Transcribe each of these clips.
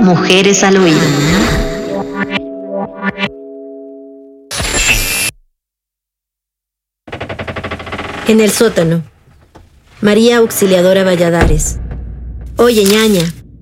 Mujeres al oído. En el sótano. María Auxiliadora Valladares. Oye, ñaña,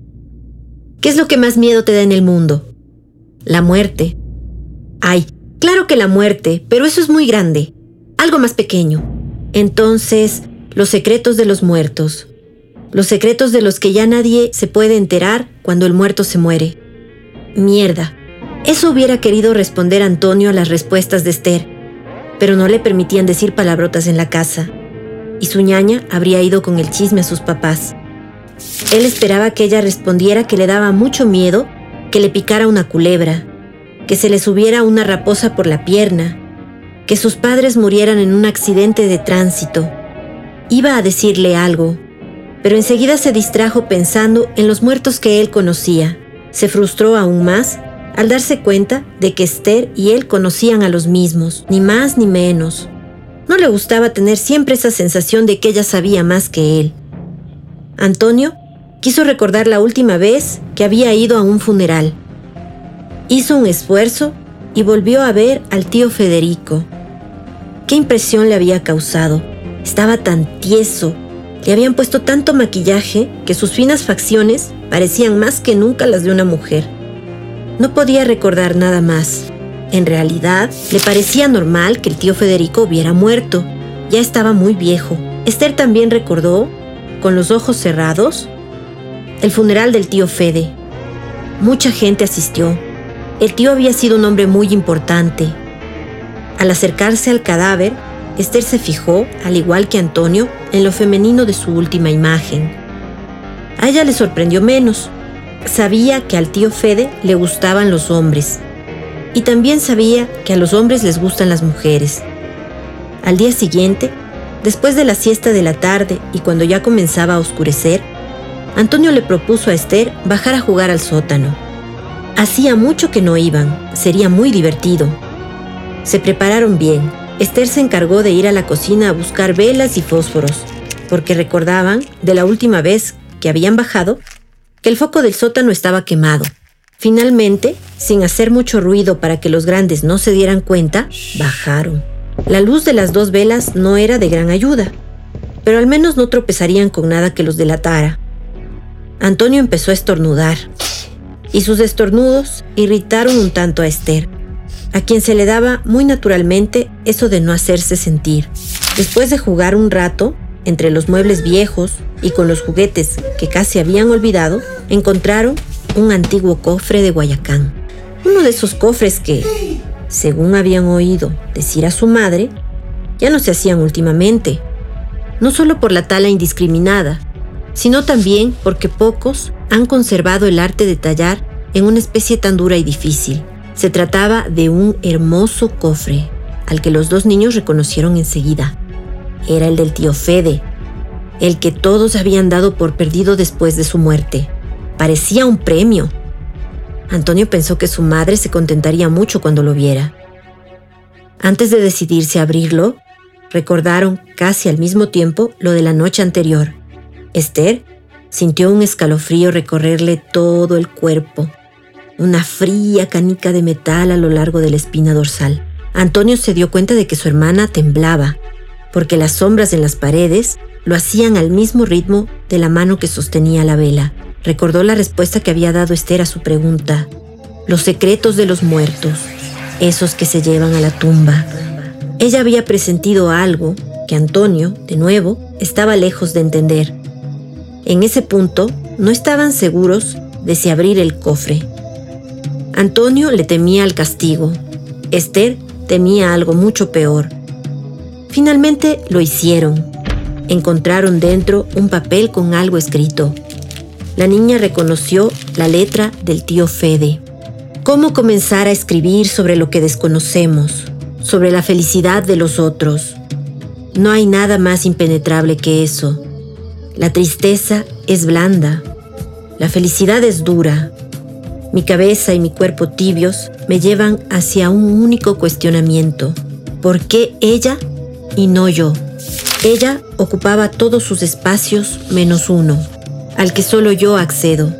¿qué es lo que más miedo te da en el mundo? La muerte. Ay, claro que la muerte, pero eso es muy grande. Algo más pequeño. Entonces, los secretos de los muertos. Los secretos de los que ya nadie se puede enterar cuando el muerto se muere. Mierda. Eso hubiera querido responder Antonio a las respuestas de Esther, pero no le permitían decir palabrotas en la casa, y su ñaña habría ido con el chisme a sus papás. Él esperaba que ella respondiera que le daba mucho miedo que le picara una culebra, que se le subiera una raposa por la pierna, que sus padres murieran en un accidente de tránsito. Iba a decirle algo, pero enseguida se distrajo pensando en los muertos que él conocía. Se frustró aún más al darse cuenta de que Esther y él conocían a los mismos, ni más ni menos. No le gustaba tener siempre esa sensación de que ella sabía más que él. Antonio quiso recordar la última vez que había ido a un funeral. Hizo un esfuerzo y volvió a ver al tío Federico. ¿Qué impresión le había causado? Estaba tan tieso, le habían puesto tanto maquillaje que sus finas facciones parecían más que nunca las de una mujer. No podía recordar nada más. En realidad, le parecía normal que el tío Federico hubiera muerto. Ya estaba muy viejo. Esther también recordó, con los ojos cerrados, el funeral del tío Fede. Mucha gente asistió. El tío había sido un hombre muy importante. Al acercarse al cadáver, Esther se fijó, al igual que Antonio, en lo femenino de su última imagen. A ella le sorprendió menos. Sabía que al tío Fede le gustaban los hombres. Y también sabía que a los hombres les gustan las mujeres. Al día siguiente, después de la siesta de la tarde y cuando ya comenzaba a oscurecer, Antonio le propuso a Esther bajar a jugar al sótano. Hacía mucho que no iban, sería muy divertido. Se prepararon bien. Esther se encargó de ir a la cocina a buscar velas y fósforos, porque recordaban, de la última vez que habían bajado, que el foco del sótano estaba quemado. Finalmente, sin hacer mucho ruido para que los grandes no se dieran cuenta, bajaron. La luz de las 2 velas no era de gran ayuda, pero al menos no tropezarían con nada que los delatara. Antonio empezó a estornudar, y sus estornudos irritaron un tanto a Esther, a quien se le daba muy naturalmente eso de no hacerse sentir. Después de jugar un rato, entre los muebles viejos y con los juguetes que casi habían olvidado, encontraron un antiguo cofre de Guayacán. Uno de esos cofres que, según habían oído decir a su madre, ya no se hacían últimamente. No solo por la tala indiscriminada, sino también porque pocos han conservado el arte de tallar en una especie tan dura y difícil. Se trataba de un hermoso cofre, al que los 2 niños reconocieron enseguida. Era el del tío Fede, el que todos habían dado por perdido después de su muerte. Parecía un premio. Antonio pensó que su madre se contentaría mucho cuando lo viera. Antes de decidirse a abrirlo, recordaron casi al mismo tiempo lo de la noche anterior. Esther sintió un escalofrío recorrerle todo el cuerpo, una fría canica de metal a lo largo de la espina dorsal. Antonio se dio cuenta de que su hermana temblaba, porque las sombras en las paredes lo hacían al mismo ritmo de la mano que sostenía la vela. Recordó la respuesta que había dado Esther a su pregunta. Los secretos de los muertos, esos que se llevan a la tumba. Ella había presentido algo que Antonio, de nuevo, estaba lejos de entender. En ese punto, no estaban seguros de si abrir el cofre. Antonio le temía al castigo. Esther temía algo mucho peor. Finalmente lo hicieron. Encontraron dentro un papel con algo escrito. La niña reconoció la letra del tío Fede. ¿Cómo comenzar a escribir sobre lo que desconocemos? Sobre la felicidad de los otros. No hay nada más impenetrable que eso. La tristeza es blanda. La felicidad es dura. Mi cabeza y mi cuerpo tibios me llevan hacia un único cuestionamiento. ¿Por qué ella y no yo? Ella ocupaba todos sus espacios menos uno, al que solo yo accedo.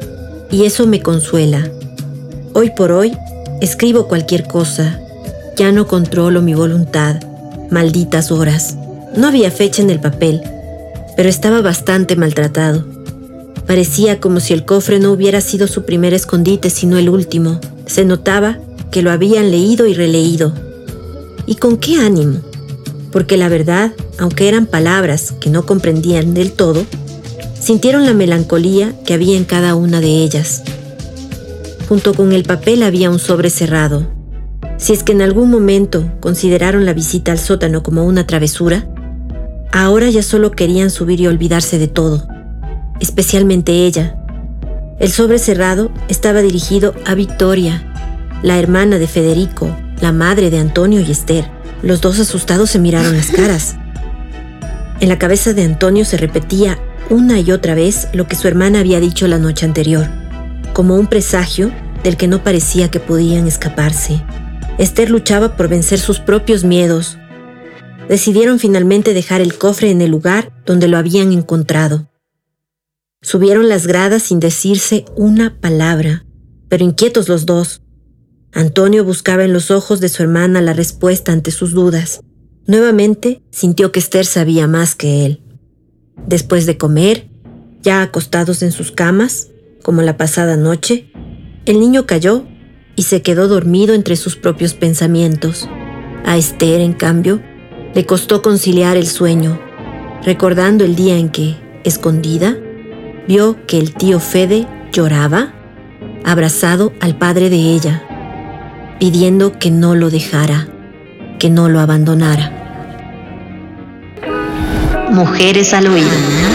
y eso me consuela. Hoy por hoy, escribo cualquier cosa. Ya no controlo mi voluntad. Malditas horas. No había fecha en el papel, pero estaba bastante maltratado. Parecía como si el cofre no hubiera sido su primer escondite, sino el último. Se notaba que lo habían leído y releído. ¿Y con qué ánimo? Porque la verdad, aunque eran palabras que no comprendían del todo, sintieron la melancolía que había en cada una de ellas. Junto con el papel había un sobre cerrado. Si es que en algún momento consideraron la visita al sótano como una travesura, ahora ya solo querían subir y olvidarse de todo, especialmente ella. El sobre cerrado estaba dirigido a Victoria, la hermana de Federico, la madre de Antonio y Esther. Los dos asustados se miraron las caras. En la cabeza de Antonio se repetía una y otra vez lo que su hermana había dicho la noche anterior, como un presagio del que no parecía que podían escaparse. Esther luchaba por vencer sus propios miedos. Decidieron finalmente dejar el cofre en el lugar donde lo habían encontrado. Subieron las gradas sin decirse una palabra, pero inquietos los dos. Antonio buscaba en los ojos de su hermana la respuesta ante sus dudas. Nuevamente sintió que Esther sabía más que él. Después de comer, ya acostados en sus camas, como la pasada noche, el niño cayó y se quedó dormido entre sus propios pensamientos. A Esther, en cambio, le costó conciliar el sueño, recordando el día en que, escondida, vio que el tío Fede lloraba, abrazado al padre de ella, pidiendo que no lo dejara, que no lo abandonara. Mujeres al oído.